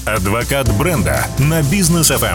Адвокат бренда на Бизнес ФМ.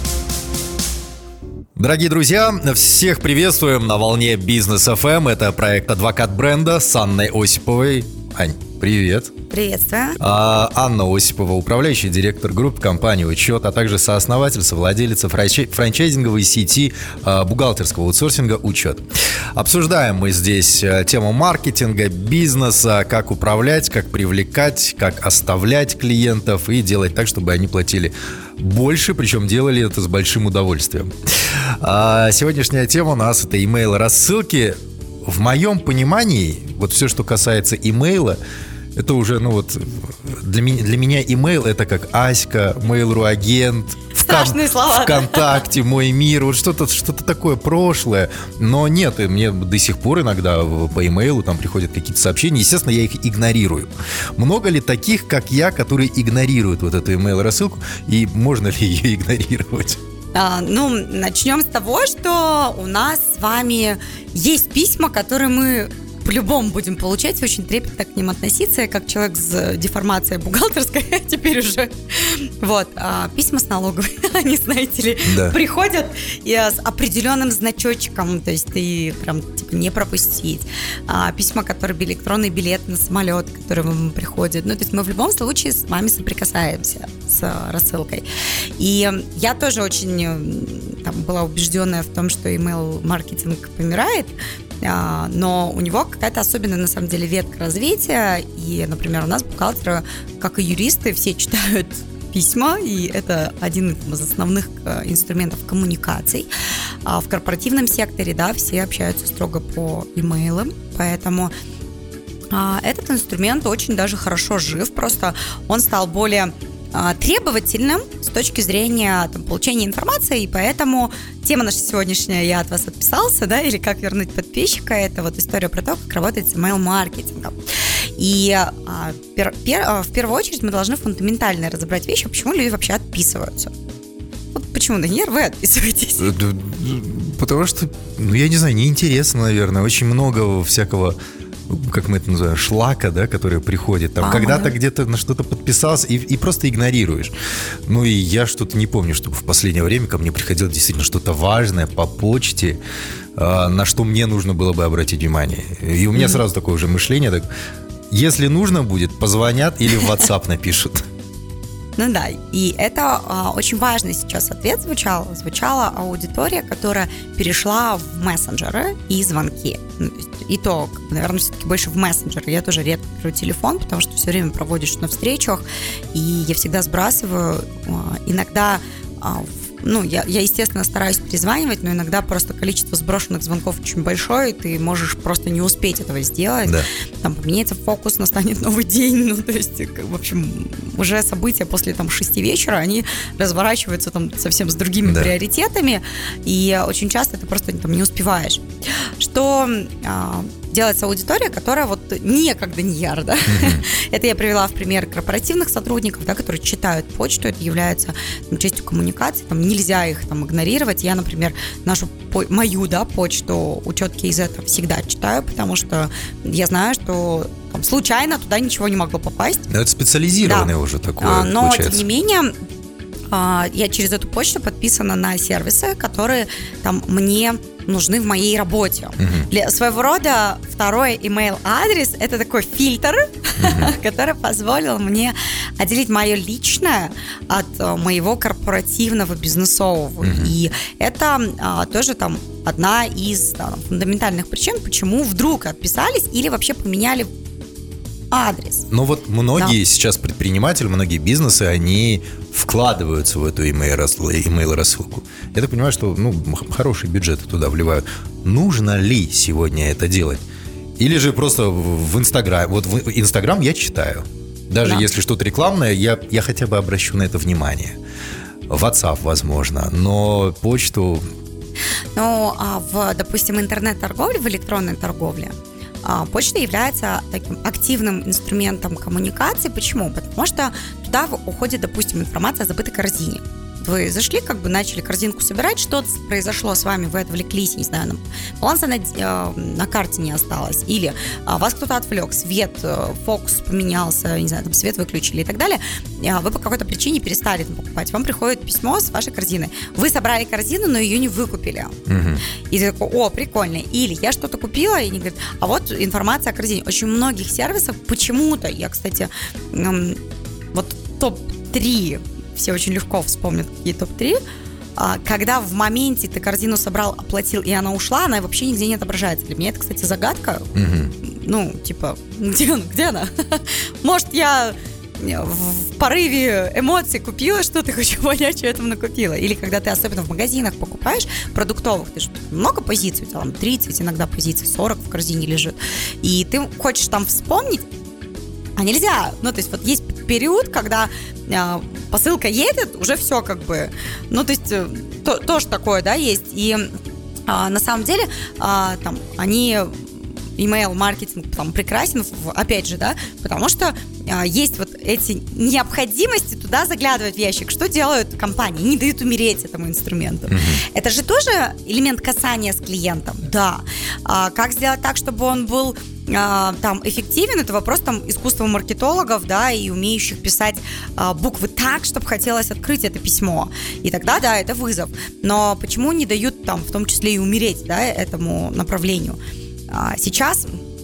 Дорогие друзья, всех приветствуем на волне Бизнес ФМ. Это проект «Адвокат бренда» с Анной Осиповой. Ань, привет. Приветствую. Анна Осипова, управляющий директор группы компании «Учет», а также сооснователь, совладелица франчайзинговой сети бухгалтерского аутсорсинга «Учет». Обсуждаем мы здесь тему маркетинга, бизнеса, как управлять, как привлекать, как оставлять клиентов и делать так, чтобы они платили больше, причем делали это с большим удовольствием. Сегодняшняя тема у нас — это email-рассылки. В моем понимании, вот все, что касается имейла, это уже, для меня имейл — это как Аська, Mail.ru агент, страшные слова, ВКонтакте, Мой мир, вот что-то такое прошлое. Но нет, и мне до сих пор иногда по имейлу там приходят какие-то сообщения. Естественно, я их игнорирую. Много ли таких, как я, которые игнорируют вот эту имейл-рассылку, и можно ли ее игнорировать? Начнем с того, что у нас с вами есть письма, которые мы по-любому будем получать, очень трепетно к ним относиться. Я как человек с деформацией бухгалтерской теперь уже. Письма с налоговой, они, знаете ли, приходят и с определенным значочком, то есть ты прям не пропустить. Письма, которые электронный билет на самолет, который вам приходит. То есть мы в любом случае с вами соприкасаемся с рассылкой. И я тоже очень была убежденная в том, что email-маркетинг помирает, но у него какая-то особенная, на самом деле, ветка развития. И, например, у нас бухгалтеры, как и юристы, все читают письма, и это один из основных инструментов коммуникаций. В корпоративном секторе, все общаются строго по имейлам, поэтому этот инструмент очень даже хорошо жив, просто он стал более требовательным с точки зрения получения информации, и поэтому тема наша сегодняшняя «Я от вас отписался», или «Как вернуть подписчика» — это история про то, как работать с email-маркетингом. И в первую очередь мы должны фундаментально разобрать вещи, почему люди вообще отписываются. Почему, Даниэль, вы отписываетесь? Потому что, я не знаю, неинтересно, наверное, очень много всякого, как мы это называем, шлака, который приходит. Когда-то где-то на что-то подписался и просто игнорируешь. И я что-то не помню, чтобы в последнее время ко мне приходило действительно что-то важное по почте, на что мне нужно было бы обратить внимание. И у меня сразу такое уже мышление, если нужно будет, позвонят или в WhatsApp напишут. И это очень важный сейчас ответ звучал. Звучала аудитория, которая перешла в мессенджеры и звонки. И то, наверное, все-таки больше в мессенджеры. Я тоже редко беру телефон, потому что все время проводишь на встречах, и я всегда сбрасываю. Иногда я, естественно, стараюсь перезванивать, но иногда просто количество сброшенных звонков очень большое, и ты можешь просто не успеть этого сделать. Поменяется фокус, настанет новый день. То есть, в общем, уже события после 6 вечера, они разворачиваются совсем с другими приоритетами, и очень часто ты просто не успеваешь. Что делается аудитория, которая некогда не яр, Это я привела в пример корпоративных сотрудников, которые читают почту, это является частью коммуникации, нельзя их игнорировать. Я, например, мою почту «Учет KZ» всегда читаю, потому что я знаю, что случайно туда ничего не могло попасть. Это специализированное уже такое, но, получается. тем не менее, я через эту почту подписана на сервисы, которые мне нужны в моей работе. Для своего рода второй email-адрес — это такой фильтр, который позволил мне отделить мое личное от моего корпоративного, бизнесового. И это тоже одна из фундаментальных причин, почему вдруг отписались или вообще поменяли адрес. Многие сейчас предприниматели, многие бизнесы, они вкладываются в эту email-рассылку. Я так понимаю, что хорошие бюджеты туда вливают. Нужно ли сегодня это делать? Или же просто в Инстаграм? В Инстаграм я читаю. Даже если что-то рекламное, я хотя бы обращу на это внимание. WhatsApp, возможно, но почту... допустим, интернет-торговле, в электронной торговле почта является таким активным инструментом коммуникации. Почему? Потому что туда уходит, допустим, информация о забытой корзине. вы зашли, как бы начали корзинку собирать, что-то произошло с вами, вы отвлеклись, не знаю, баланса на карте не осталось, или вас кто-то отвлек, свет, фокус поменялся, не знаю, там свет выключили и так далее, вы по какой-то причине перестали там покупать, вам приходит письмо с вашей корзины. Вы собрали корзину, но ее не выкупили. И ты такой, о, прикольно. Или я что-то купила, и они говорят, а вот информация о корзине. Очень многих сервисов почему-то, я, кстати, вот топ-3, все очень легко вспомнят, какие топ-3, когда в моменте ты корзину собрал, оплатил, и она ушла, она вообще нигде не отображается. Для меня это, кстати, загадка. Ну, типа, где она? Может, я в порыве эмоций купила что-то, хочу понять, что я там накупила. Или когда ты особенно в магазинах покупаешь продуктовых, ты же много позиций, у тебя там 30 иногда позиций, 40 в корзине лежит, и ты хочешь там вспомнить, а нельзя. Ну, то есть вот есть период, когда посылка едет, уже все как бы, ну, то есть тоже такое, да, есть. И на самом деле там они... Email-маркетинг там прекрасен, опять же, да, потому что есть вот эти необходимости туда заглядывать в ящик. Что делают компании? Не дают умереть этому инструменту. Это же тоже элемент касания с клиентом. Да. Как сделать так, чтобы он был там эффективен? Это вопрос там искусства маркетологов, да, и умеющих писать буквы так, чтобы хотелось открыть это письмо. И тогда, да, это вызов. Но почему не дают там в том числе и умереть, да, этому направлению? Сейчас,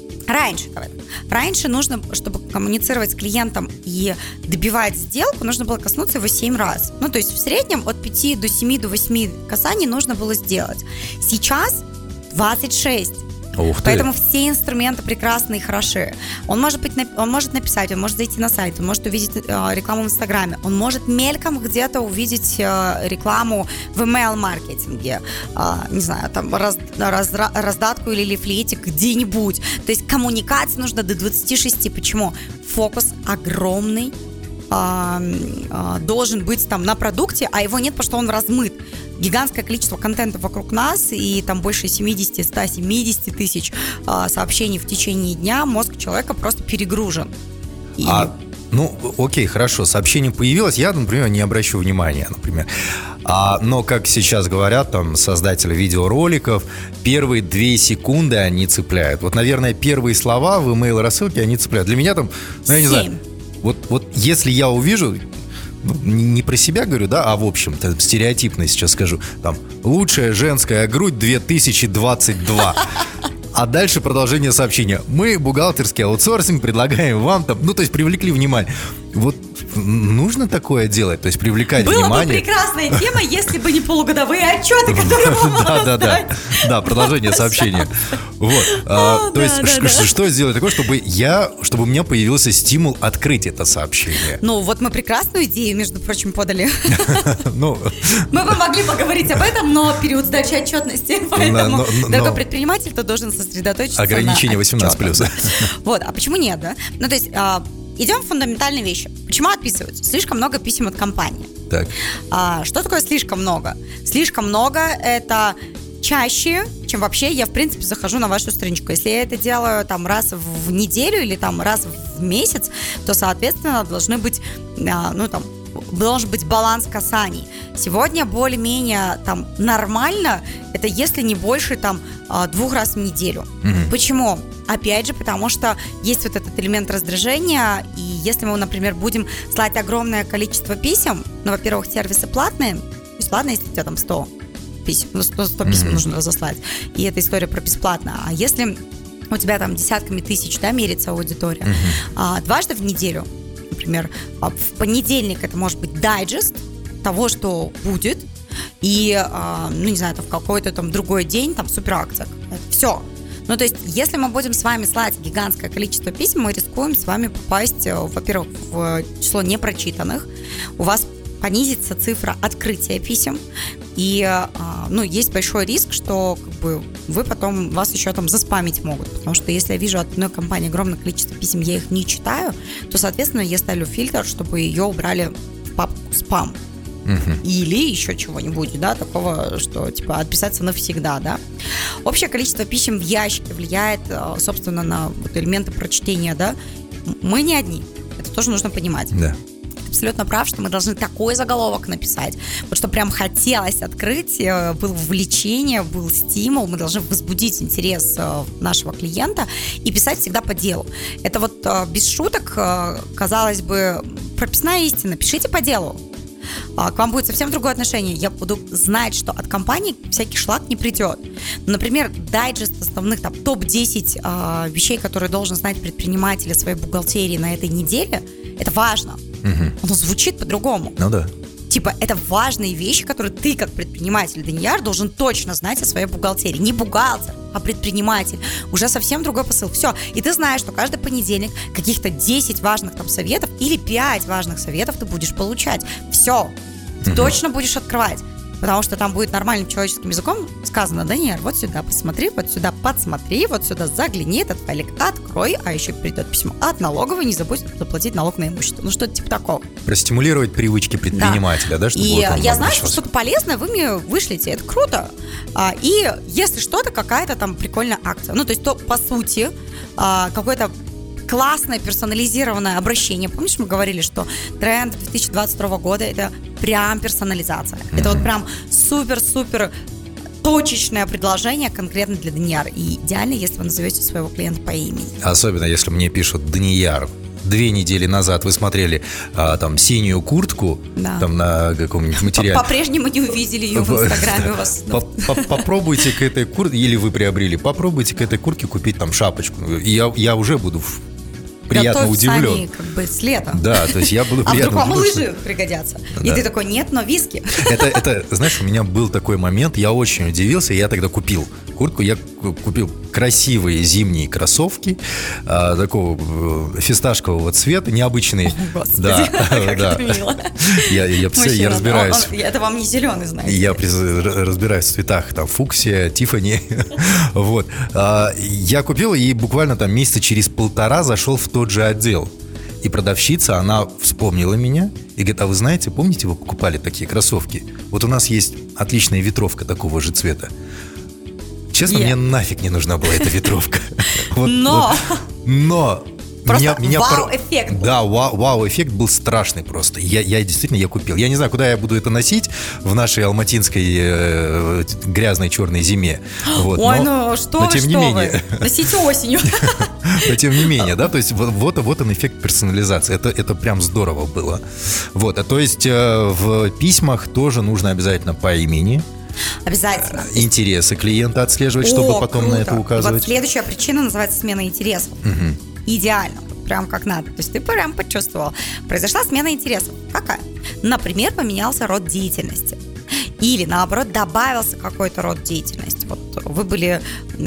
раньше нужно, чтобы коммуницировать с клиентом и добивать сделку, нужно было коснуться его 7 раз. Ну, то есть в среднем от 5 до 7 до 8 касаний нужно было сделать. Сейчас 26. Поэтому все инструменты прекрасны и хороши. Он может написать, он может зайти на сайт, он может увидеть рекламу в Инстаграме, он может мельком где-то увидеть рекламу в email-маркетинге, не знаю, там раздатку или лифлетик где-нибудь. То есть коммуникации нужно до 26. Почему? Фокус огромный должен быть там на продукте, а его нет, потому что он размыт. Гигантское количество контента вокруг нас, и там больше 70-170 тысяч сообщений в течение дня, мозг человека просто перегружен. Ну, окей, хорошо, сообщение появилось, я, например, не обращу внимания, например. Но, как сейчас говорят там создатели видеороликов, первые 2 секунды они цепляют. Вот, наверное, первые слова в email-рассылке они цепляют. Для меня там, ну, я не знаю, вот если я увижу... Не про себя говорю, да, а в общем, стереотипно сейчас скажу. Там, лучшая женская грудь 2022. А дальше продолжение сообщения. Мы, бухгалтерский аутсорсинг, предлагаем вам там... Ну, то есть привлекли внимание. Вот нужно такое делать, то есть привлекать внимание. Была бы прекрасная тема, если бы не полугодовые отчеты, которые мы раздать. Да, продолжение сообщения. Вот. То есть, что сделать такое, чтобы у меня появился стимул открыть это сообщение? Ну, вот мы прекрасную идею, между прочим, подали. Мы бы могли поговорить об этом, но период сдачи отчетности. Поэтому, дорогой предприниматель, ты должен сосредоточиться на ограничение 18+. Вот, а почему нет, да? Ну, то есть... Идем в фундаментальные вещи. Почему отписываются? Слишком много писем от компании. Так. Что такое слишком много? Слишком много – это чаще, чем вообще я, в принципе, захожу на вашу страничку. Если я это делаю там раз в неделю или там раз в месяц, то, соответственно, должен быть баланс касаний. Сегодня более-менее там нормально, это если не больше там 2 раз в неделю. Почему? Опять же, потому что есть вот этот элемент раздражения, и если мы, например, будем слать огромное количество писем, ну, во-первых, сервисы платные, бесплатно, если у тебя там 100 писем, 100 писем нужно разослать, и это история про бесплатно. А если у тебя там десятками тысяч, да, мерится аудитория, дважды в неделю, например, в понедельник это может быть дайджест того, что будет, и, ну, не знаю, в какой-то там другой день там суперакция. Все. Ну, то есть, если мы будем с вами слать гигантское количество писем, мы рискуем с вами попасть, во-первых, в число непрочитанных, у вас понизится цифра открытия писем, и, ну, есть большой риск, что как бы вас еще там заспамить могут, потому что если я вижу от одной компании огромное количество писем, я их не читаю, то, соответственно, я ставлю фильтр, чтобы ее убрали в папку спам. Или еще чего-нибудь, да, такого, что, типа, отписаться навсегда, да. Общее количество писем в ящике влияет, собственно, на вот элементы прочтения, да. Мы не одни, это тоже нужно понимать. Да. абсолютно прав, что мы должны такой заголовок написать, вот что прям хотелось открыть, было влечение, был стимул, мы должны возбудить интерес нашего клиента и писать всегда по делу. Это вот без шуток, казалось бы, прописная истина. Пишите по делу. К вам будет совсем другое отношение. Я буду знать, что от компании всякий шлак не придет. Например, дайджест основных, там, топ-10 вещей, которые должен знать предприниматель о своей бухгалтерии на этой неделе, это важно. Оно звучит по-другому. Ну да. Типа, это важные вещи, которые ты, как предприниматель Данияр, должен точно знать о своей бухгалтерии. Не бухгалтер, а предприниматель. Уже совсем другой посыл. Все. И ты знаешь, что каждый понедельник каких-то 10 важных там советов или 5 важных советов ты будешь получать. Все. Ты точно будешь открывать. Потому что там будет нормальным человеческим языком сказано: Данияр, вот сюда посмотри, вот сюда подсмотри, вот сюда загляни, этот файлик открой, а еще придет письмо от налоговой, не забудь заплатить налог на имущество. Ну, что-то типа такого. Простимулировать привычки предпринимателя, да, чтобы и вот он я знаю, что обращался. что-то полезное вы мне вышлите, это круто. И если что-то, какая-то там прикольная акция. Ну, то есть, то, по сути, какое-то классное персонализированное обращение. Помнишь, мы говорили, что тренд 2022 года – это прям персонализация. Это вот прям супер-супер точечное предложение конкретно для Данияра. И идеально, если вы назовете своего клиента по имени. Особенно, если мне пишут: Данияр, 2 недели назад вы смотрели там синюю куртку, Да. там на каком-нибудь материале. По-прежнему не увидели ее в Инстаграме у вас. Попробуйте к этой куртке, или вы приобрели, попробуйте к этой куртке купить там шапочку. И я уже буду приятно Готовь удивлен. сани, как бы с лета. Да, то есть я буду А вдруг приятно вам удивлен. лыжи пригодятся? И Да. ты такой: нет, но виски. Это, знаешь, у меня был такой момент, я очень удивился, я тогда купил куртку, я купил красивые зимние кроссовки такого фисташкового цвета, необычные. О, Господи, Да, как да. это мило. Я Мужчина, разбираюсь. Это вам не зеленый, знаете. Я разбираюсь в цветах, там, фуксия, Тиффани. Вот. Я купил и буквально там месяца через 1,5 зашел в тот же отдел. И продавщица, она вспомнила меня и говорит: а вы знаете, помните, вы покупали такие кроссовки? Вот у нас есть отличная ветровка такого же цвета. Честно, мне нафиг не нужна была эта ветровка. Но Просто вау-эффект был. Да, вау-эффект был страшный просто. Я действительно купил. Я не знаю, куда я буду это носить в нашей алматинской грязной черной зиме. Вот, Ой, но тем не менее. Носите осенью. Но тем не менее, да, то есть вот он эффект персонализации. Это прям здорово было. Вот, то есть в письмах тоже нужно обязательно по имени. Обязательно. Интересы клиента отслеживать, чтобы потом круто. на это указывать. Вот следующая причина называется смена интересов. Идеально, вот прям как надо. То есть ты прям почувствовал. Произошла смена интересов. Какая? Например, поменялся род деятельности. Или, наоборот, добавился какой-то род деятельности. Вот вы были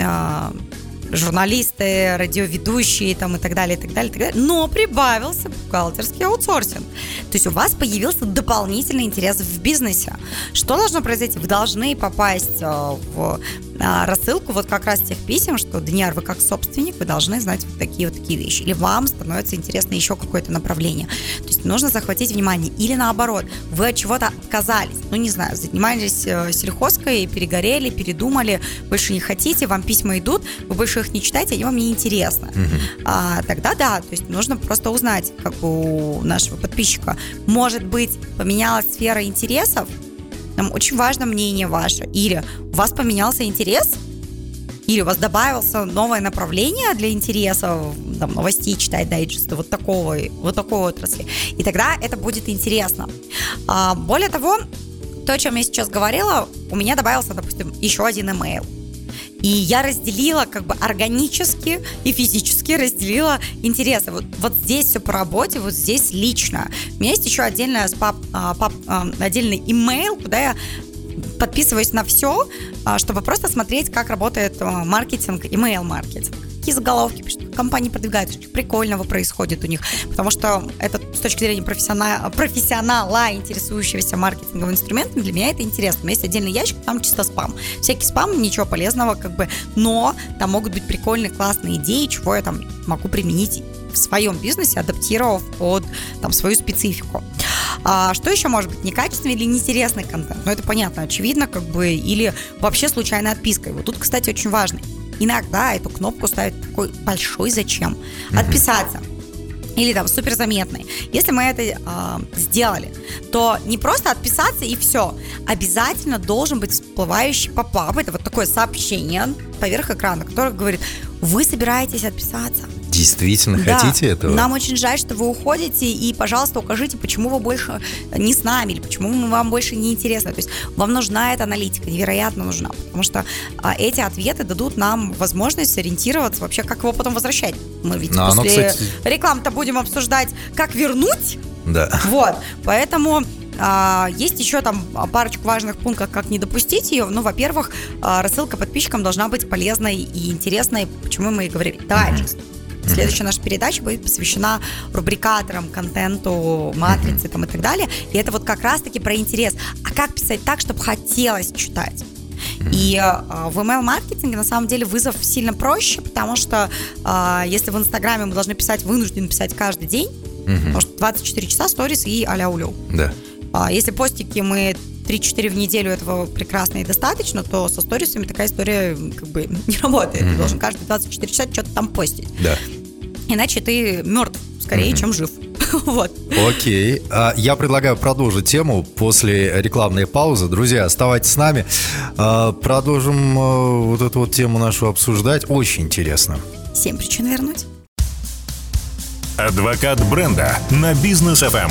журналисты, радиоведущие там, и так далее, и так далее, и так далее. Но прибавился бухгалтерский аутсорсинг. То есть у вас появился дополнительный интерес в бизнесе. Что должно произойти? Вы должны попасть в рассылку вот как раз тех писем, что: Данияр, вы как собственник, вы должны знать вот такие вещи. Или вам становится интересно еще какое-то направление. То есть нужно захватить внимание. Или наоборот, вы от чего-то отказались. Ну, не знаю, занимались сельхозкой, перегорели, передумали, больше не хотите, вам письма идут, вы больше их не читаете, они вам не интересны. Тогда да, то есть нужно просто узнать, как у нашего подписчика. Может быть, поменялась сфера интересов, нам очень важно мнение ваше. Или у вас поменялся интерес, или у вас добавился новое направление для интересов, там, новостей читать, дайджесты, вот такой отрасли. И тогда это будет интересно. Более того, то, о чем я сейчас говорила, у меня добавился, допустим, еще один имейл. И я разделила как бы органически и физически разделила интересы. Вот здесь все по работе, вот здесь лично. У меня есть еще отдельный имейл, куда я подписываюсь на все, чтобы просто смотреть, как работает маркетинг, имейл-маркетинг. Какие заголовки пишут, компании продвигают, что прикольного происходит у них. Потому что это с точки зрения профессионала, интересующегося маркетинговым инструментом, для меня это интересно. У меня есть отдельный ящик, там чисто спам. Всякий спам, ничего полезного, как бы, но там могут быть прикольные, классные идеи, чего я там могу применить в своем бизнесе, адаптировав под там свою специфику. Что еще может быть? Некачественный или неинтересный контент? Ну, это понятно, очевидно, как бы, или вообще случайная отписка. И вот тут, кстати, очень важно. Иногда эту кнопку ставить такой большой зачем. Отписаться. или там суперзаметный. Если мы это сделали, то не просто отписаться и все. Обязательно должен быть всплывающий поп-ап. Это вот такое сообщение поверх экрана, которое говорит: вы собираетесь отписаться. Действительно хотите этого? Нам очень жаль, что вы уходите, и, пожалуйста, укажите, почему вы больше не с нами, или почему вам больше не интересно. То есть вам нужна эта аналитика, невероятно нужна, потому что эти ответы дадут нам возможность сориентироваться вообще, как его потом возвращать. Мы ведь после рекламы-то будем обсуждать, как вернуть. Да. Вот, поэтому... Есть еще там парочку важных пунктов, как не допустить ее. Ну, во-первых, рассылка подписчикам должна быть полезной и интересной, почему мы и говорили дальше. Следующая наша передача будет посвящена рубрикаторам, контенту, матрице там, и так далее. И это вот как раз-таки про интерес. А как писать так, чтобы хотелось читать? И в email-маркетинге на самом деле вызов сильно проще, потому что если в Инстаграме мы должны писать, вынуждены писать каждый день, потому что 24 часа сторис и а-ля улю. Да. Если постики мы 3-4 в неделю, этого прекрасно и достаточно, то со сторисами такая история как бы не работает. Ты должен каждые 24 часа что-то там постить. Да. Иначе ты мертв скорее, чем жив. Вот. Окей. Я предлагаю продолжить тему после рекламной паузы. Друзья, оставайтесь с нами. Продолжим вот эту вот тему нашу обсуждать. Очень интересно. 7 причин вернуть. Адвокат бренда на Бизнес FM.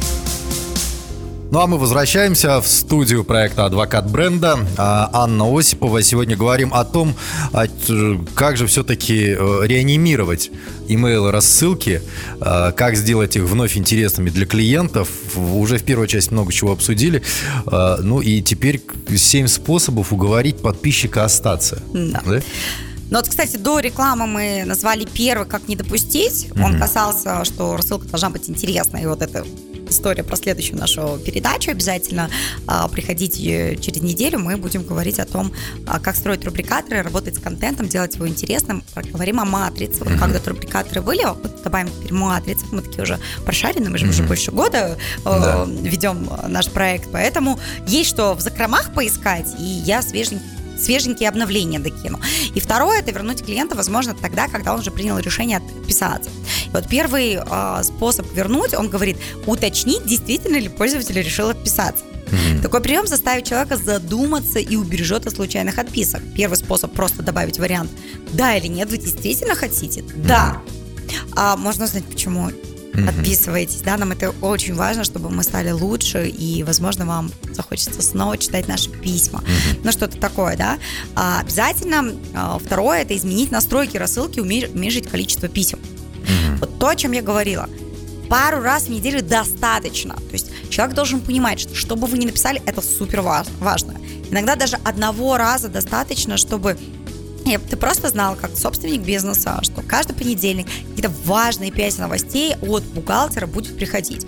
Ну а мы возвращаемся в студию проекта «Адвокат бренда». Анна Осипова. Сегодня говорим о том, как же все-таки реанимировать email-рассылки, как сделать их вновь интересными для клиентов. Уже в первой части много чего обсудили. Ну и теперь 7 способов уговорить подписчика остаться. Да? Ну вот, кстати, до рекламы мы назвали первый, как не допустить. Он касался, что рассылка должна быть интересной. И вот это история про следующую нашу передачу. Обязательно приходите через неделю. Мы будем говорить о том, как строить рубрикаторы, работать с контентом, делать его интересным. Поговорим о матрице. Вот когда-то рубрикаторы были, вот добавим теперь матрицу. Мы такие уже прошаренные, мы же уже больше года ведем наш проект. Поэтому есть что в закромах поискать, и я свеженькие обновления докину. И второе, это вернуть клиента, возможно, тогда, когда он уже принял решение отписаться. И вот первый способ вернуть, он говорит, уточнить, действительно ли пользователь решил отписаться. Такой прием заставит человека задуматься и убережет от случайных отписок. Первый способ просто добавить вариант «да» или «нет, вы действительно хотите?» «Да». Можно узнать, почему отписываетесь, да, нам это очень важно, чтобы мы стали лучше, и, возможно, вам захочется снова читать наши письма. Ну, что-то такое, да. Обязательно второе, это изменить настройки рассылки, уменьшить количество писем. Вот то, о чем я говорила. Пару раз в неделю достаточно. То есть человек должен понимать, что бы вы ни написали, это супер важно. Иногда даже одного раза достаточно, чтобы ты просто знал, как собственник бизнеса, что каждый понедельник какие-то важные 5 новостей от бухгалтера будет приходить.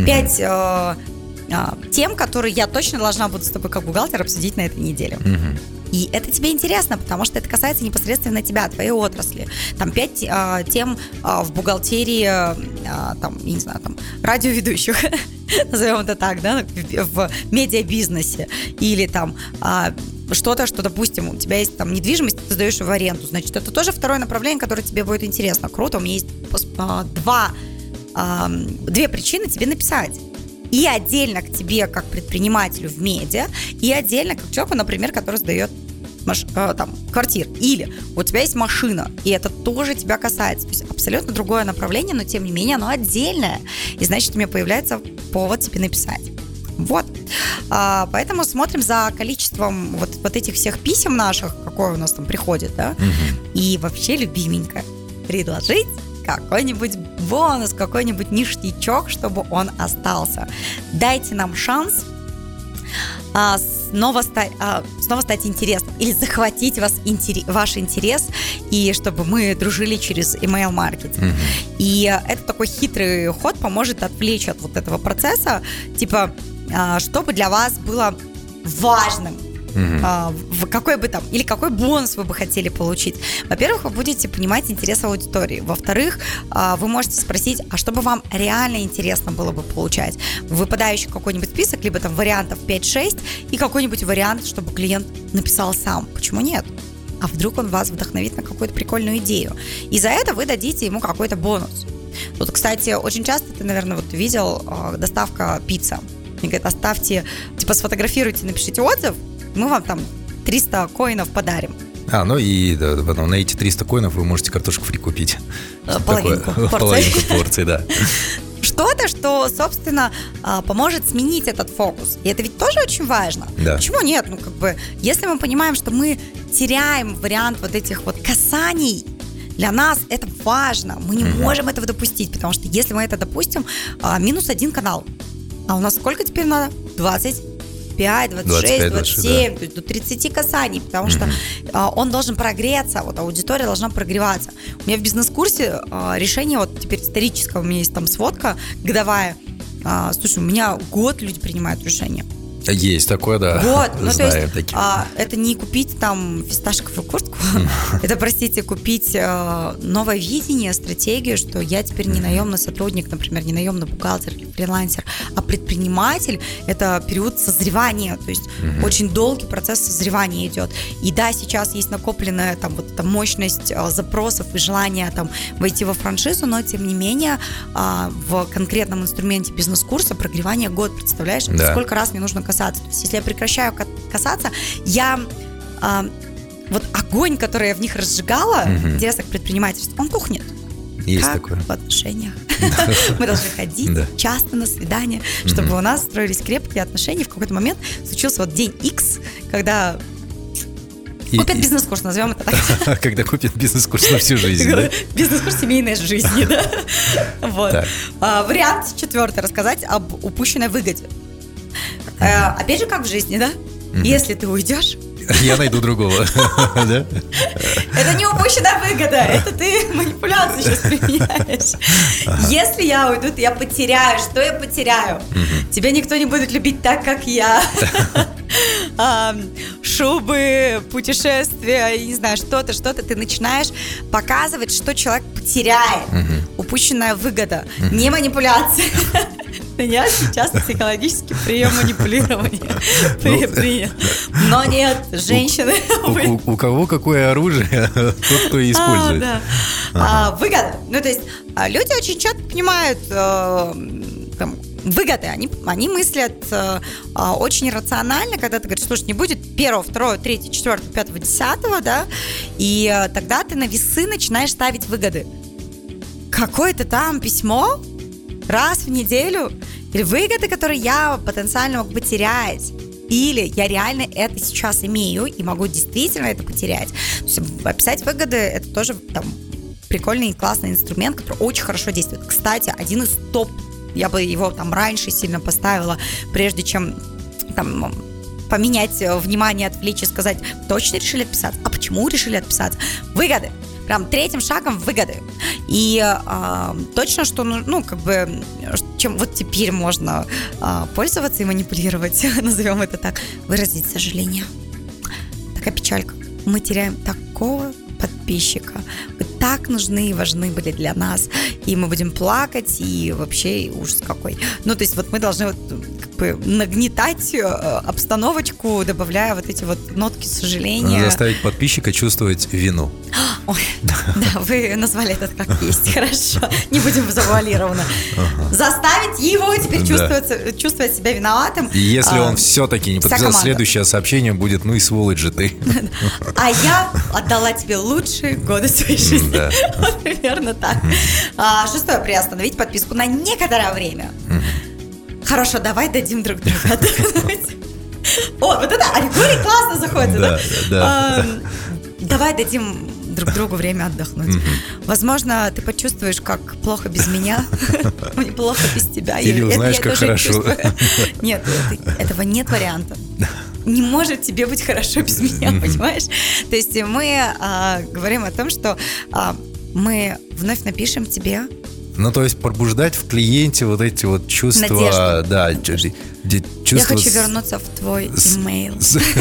5 тем, которые я точно должна буду с тобой как бухгалтер обсудить на этой неделе. И это тебе интересно, потому что это касается непосредственно тебя, твоей отрасли. Там 5 тем в бухгалтерии, там, я не знаю, там, радиоведущих, назовем это так, да, в медиабизнесе. Или там что-то, что, допустим, у тебя есть там недвижимость, ты сдаешь в аренду. Значит, это тоже второе направление, которое тебе будет интересно. Круто, у меня есть 2 причины тебе написать. И отдельно к тебе, как предпринимателю в медиа, и отдельно как человеку, например, который сдает квартир. Или у тебя есть машина, и это тоже тебя касается. То есть абсолютно другое направление, но тем не менее оно отдельное. И значит, у меня появляется повод тебе написать. Вот. Поэтому смотрим за количеством вот этих всех писем наших, какое у нас там приходит, да? И вообще, любименько, предложить какой-нибудь бонус, какой-нибудь ништячок, чтобы он остался. Дайте нам шанс снова стать интересным или захватить ваш интерес, и чтобы мы дружили через email-маркетинг. И это такой хитрый ход поможет отвлечь от вот этого процесса, типа, чтобы для вас было важным. Какой бы там, или какой бонус вы бы хотели получить. Во-первых, вы будете понимать интерес аудитории. Во-вторых, вы можете спросить, а что бы вам реально интересно было бы получать? Выпадающий какой-нибудь список, либо там вариантов 5-6, и какой-нибудь вариант, чтобы клиент написал сам. Почему нет? А вдруг он вас вдохновит на какую-то прикольную идею? И за это вы дадите ему какой-то бонус. Вот, кстати, очень часто ты, наверное, вот видел доставка пиццы. Мне говорят, оставьте, типа сфотографируйте, напишите отзыв, мы вам там 300 коинов подарим. Ну и потом на эти 300 коинов вы можете картошку фри купить. Половинку порции, да. Что-то, что, собственно, поможет сменить этот фокус. И это ведь тоже очень важно. Да. Почему нет? Ну, как бы, если мы понимаем, что мы теряем вариант вот этих вот касаний, для нас это важно. Мы не можем этого допустить, потому что если мы это допустим, минус 1 канал. А у нас сколько теперь надо? 25, 26, 27, да. То есть до 30 касаний, потому что он должен прогреться, вот аудитория должна прогреваться. У меня в бизнес-курсе решение, вот теперь историческое, у меня есть там сводка годовая. Слушай, у меня год люди принимают решение. Есть такое, да. Вот, ну то есть такие. Это не купить там фисташковую куртку, это, простите, купить новое видение, стратегию, что я теперь не наемный сотрудник, например, не наемный бухгалтер или фрилансер, а предприниматель. Это период созревания, то есть очень долгий процесс созревания идет. И да, сейчас есть накопленная там вот эта мощность запросов и желания там войти во франшизу, но тем не менее в конкретном инструменте бизнес-курса прогревание год, представляешь? Да. Сколько раз мне нужно касаться. То есть, если я прекращаю касаться, я вот огонь, который я в них разжигала, интересно к предпринимательству, он тухнет. Есть как такое. В отношениях. Мы должны ходить часто на свидания, чтобы у нас строились крепкие отношения. В какой-то момент случился вот день X, когда купят бизнес-курс, назовем это так. Когда купят бизнес-курс на всю жизнь, да? Бизнес-курс семейной жизни, да. Вот. Вариант 4. Рассказать об упущенной выгоде. Опять же, как в жизни, да? Если ты уйдешь, я найду другого. Да? Это не упущенная выгода, это ты манипуляцию сейчас применяешь. Если я уйду, то я потеряю. Что я потеряю? Тебя никто не будет любить так, как я. Шубы, путешествия, не знаю, что-то. Ты начинаешь показывать, что человек потеряет. Упущенная выгода, не манипуляция. Я сейчас психологический прием манипулирования принял. Но нет, женщины... У кого какое оружие, тот, кто и использует. Выгода. Ну, то есть люди очень четко понимают выгоды. Они мыслят очень рационально, когда ты говоришь, слушай, не будет 1, 2, 3, 4, 5, 10, да, и тогда ты на весы начинаешь ставить выгоды. Какое-то там письмо раз в неделю, или выгоды, которые я потенциально мог бы терять, или я реально это сейчас имею и могу действительно это потерять. То есть описать выгоды — это тоже там прикольный и классный инструмент, который очень хорошо действует. Кстати, один из топ, я бы его там раньше сильно поставила, прежде чем там поменять внимание, отвлечь и сказать, точно решили отписаться? А почему решили отписаться? Выгоды. Прям 3 шагом выгоды. И точно, что, ну, как бы, чем вот теперь можно пользоваться и манипулировать, назовем это так, выразить сожаление. Такая печалька. Мы теряем такого подписчика. Вы так нужны и важны были для нас. И мы будем плакать, и вообще ужас какой. Ну, то есть вот мы должны вот как бы нагнетать обстановочку, добавляя вот эти вот нотки сожаления. Заставить подписчика чувствовать вину. Ой, да, вы назвали это как есть, хорошо. Не будем завуалированно. Заставить его теперь чувствовать себя виноватым. И если он все-таки не подписал, следующее сообщение будет, ну и сволочь же ты. А я отдала тебе лучшие годы своей жизни. Да. Вот примерно так. 6. Приостановить подписку на некоторое время. Хорошо, давай дадим друг другу отдохнуть. О, вот это аллегория классно заходит, да? Давай дадим друг другу время отдохнуть. Возможно, ты почувствуешь, как плохо без меня, мне плохо без тебя. Или узнаешь, как хорошо. Нет, этого нет варианта. Не может тебе быть хорошо без меня, понимаешь? То есть мы говорим о том, что мы вновь напишем тебе. Ну, то есть пробуждать в клиенте вот эти вот чувства. Надежду. Да, чувства. Я хочу вернуться в твой имейл.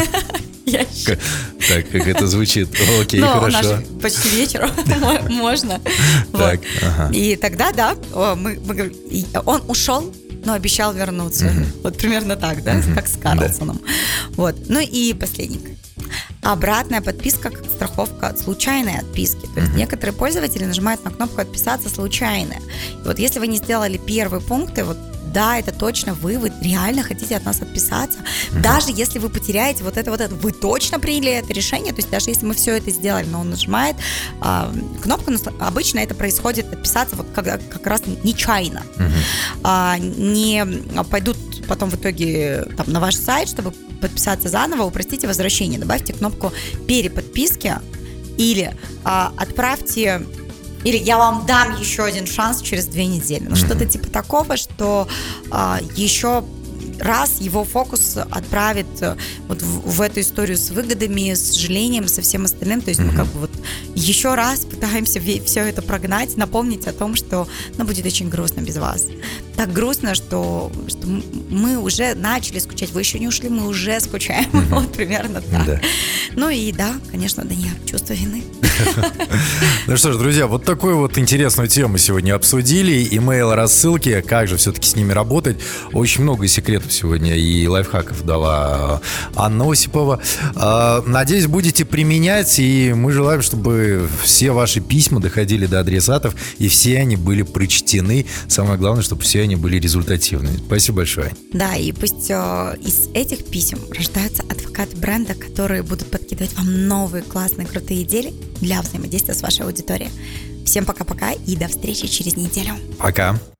Так, как это звучит. Окей, хорошо. У нас же почти вечер, можно. И тогда, да, он ушел, но обещал вернуться. Вот примерно так, да, как с Карлсоном. Вот. Ну и последний. А обратная подписка как страховка от случайной отписки. То есть некоторые пользователи нажимают на кнопку «Отписаться случайно». И вот если вы не сделали первый пункт, и вот да, это точно вы реально хотите от нас отписаться. Даже если вы потеряете вот это, вы точно приняли это решение, то есть даже если мы все это сделали, но он нажимает кнопку, обычно это происходит отписаться вот как раз нечаянно. Не пойдут потом в итоге там, на ваш сайт, чтобы подписаться заново, упростите возвращение, добавьте кнопку переподписки или отправьте... Или я вам дам еще один шанс через 2 недели. Что-то типа такого, что еще раз его фокус отправит вот в эту историю с выгодами, с сожалением, со всем остальным. То есть мы как бы вот еще раз пытаемся все это прогнать, напомнить о том, что будет очень грустно без вас. Так грустно, что мы уже начали скучать. Вы еще не ушли, мы уже скучаем. Вот примерно так. Да. Ну и да, конечно, Даниэль, чувство вины. Ну что ж, друзья, вот такую вот интересную тему сегодня обсудили. Имейл-рассылки, как же все-таки с ними работать. Очень много секретов сегодня и лайфхаков дала Анна Осипова. Надеюсь, будете применять, и мы желаем, чтобы все ваши письма доходили до адресатов, и все они были прочтены. Самое главное, чтобы все они были результативными. Спасибо большое. Да, и пусть из этих писем рождаются адвокаты бренда, которые будут подкидывать вам новые классные, крутые идеи для взаимодействия с вашей аудиторией. Всем пока-пока и до встречи через неделю. Пока.